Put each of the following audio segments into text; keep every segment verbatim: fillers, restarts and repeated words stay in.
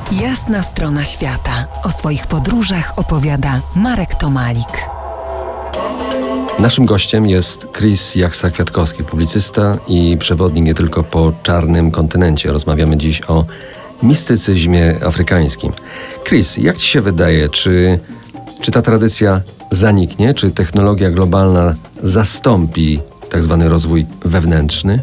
Jasna strona świata. O swoich podróżach opowiada Marek Tomalik. Naszym gościem jest Chris Jaksa-Kwiatkowski, publicysta i przewodnik nie tylko po czarnym kontynencie. Rozmawiamy dziś o mistycyzmie afrykańskim. Chris, jak ci się wydaje, czy, czy ta tradycja zaniknie? Czy technologia globalna zastąpi tak zwany rozwój wewnętrzny?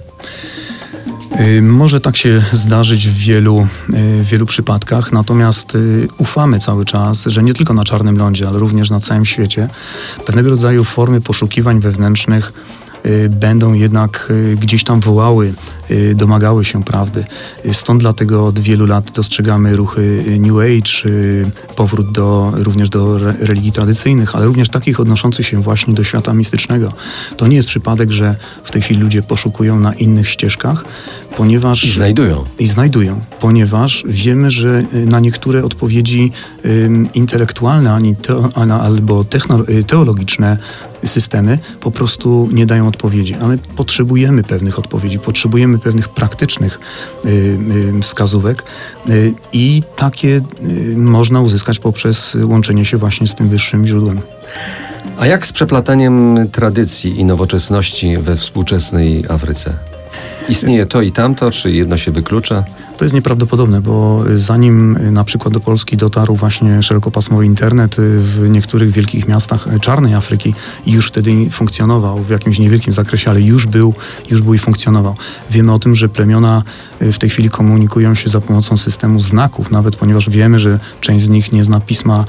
Może tak się zdarzyć w wielu, w wielu przypadkach, natomiast ufamy cały czas, że nie tylko na czarnym lądzie, ale również na całym świecie pewnego rodzaju formy poszukiwań wewnętrznych będą jednak gdzieś tam wołały, domagały się prawdy. Stąd dlatego od wielu lat dostrzegamy ruchy New Age, powrót do, również do religii tradycyjnych, ale również takich odnoszących się właśnie do świata mistycznego. To nie jest przypadek, że w tej chwili ludzie poszukują na innych ścieżkach, ponieważ... I znajdują. I znajdują, ponieważ wiemy, że na niektóre odpowiedzi um, intelektualne ani teo, albo techno, teologiczne systemy po prostu nie dają odpowiedzi, a my potrzebujemy pewnych odpowiedzi, potrzebujemy pewnych praktycznych y, y, wskazówek y, i takie y, można uzyskać poprzez łączenie się właśnie z tym wyższym źródłem. A jak z przeplataniem tradycji i nowoczesności we współczesnej Afryce? Istnieje to i tamto, czy jedno się wyklucza? To jest nieprawdopodobne, bo zanim na przykład do Polski dotarł właśnie szerokopasmowy internet, w niektórych wielkich miastach czarnej Afryki już wtedy funkcjonował w jakimś niewielkim zakresie, ale już był, już był i funkcjonował. Wiemy o tym, że plemiona w tej chwili komunikują się za pomocą systemu znaków, nawet ponieważ wiemy, że część z nich nie zna pisma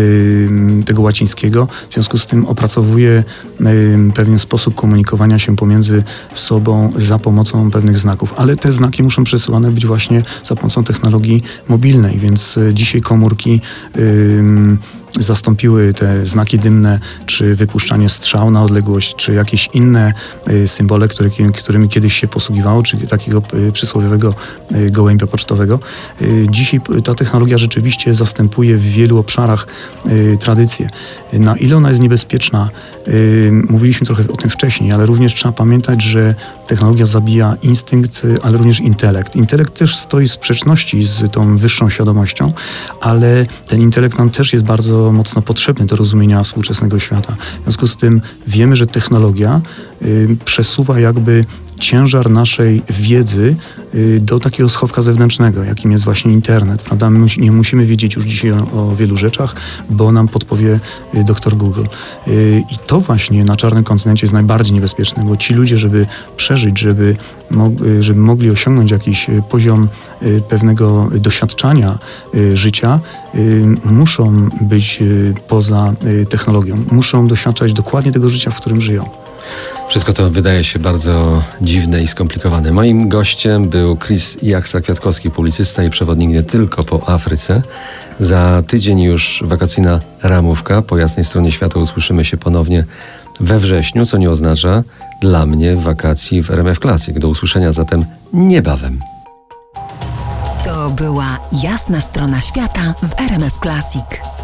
y, tego łacińskiego, w związku z tym opracowuje y, pewien sposób komunikowania się pomiędzy sobą za pomocą pewnych znaków, ale te znaki muszą przesyłane być właśnie za pomocą technologii mobilnej, więc dzisiaj komórki yy, zastąpiły te znaki dymne, czy wypuszczanie strzał na odległość, czy jakieś inne y, symbole, które, którymi kiedyś się posługiwało, czy takiego y, przysłowiowego y, gołębia pocztowego. Y, dzisiaj ta technologia rzeczywiście zastępuje w wielu obszarach y, tradycję. Na ile ona jest niebezpieczna, y, mówiliśmy trochę o tym wcześniej, ale również trzeba pamiętać, że technologia zabija instynkt, y, ale również intelekt. Intelekt też stoi w sprzeczności z tą wyższą świadomością, ale ten intelekt nam też jest bardzo mocno potrzebny do rozumienia współczesnego świata. W związku z tym wiemy, że technologia y, przesuwa jakby ciężar naszej wiedzy y, do takiego schowka zewnętrznego, jakim jest właśnie internet, prawda? My mus- nie musimy wiedzieć już dzisiaj o, o wielu rzeczach, bo nam podpowie y, doktor Google. Y, I to właśnie na czarnym kontynencie jest najbardziej niebezpieczne, bo ci ludzie, żeby przeżyć, żeby, mog- y, żeby mogli osiągnąć jakiś y, poziom y, pewnego doświadczenia y, życia, y, muszą być y, poza y, technologią. Muszą doświadczać dokładnie tego życia, w którym żyją. Wszystko to wydaje się bardzo dziwne i skomplikowane. Moim gościem był Chris Jaksa-Kwiatkowski, publicysta i przewodnik nie tylko po Afryce. Za tydzień już wakacyjna ramówka. Po jasnej stronie świata usłyszymy się ponownie we wrześniu, co nie oznacza dla mnie wakacji w R M F Classic. Do usłyszenia zatem niebawem. To była Jasna strona świata w R M F Classic.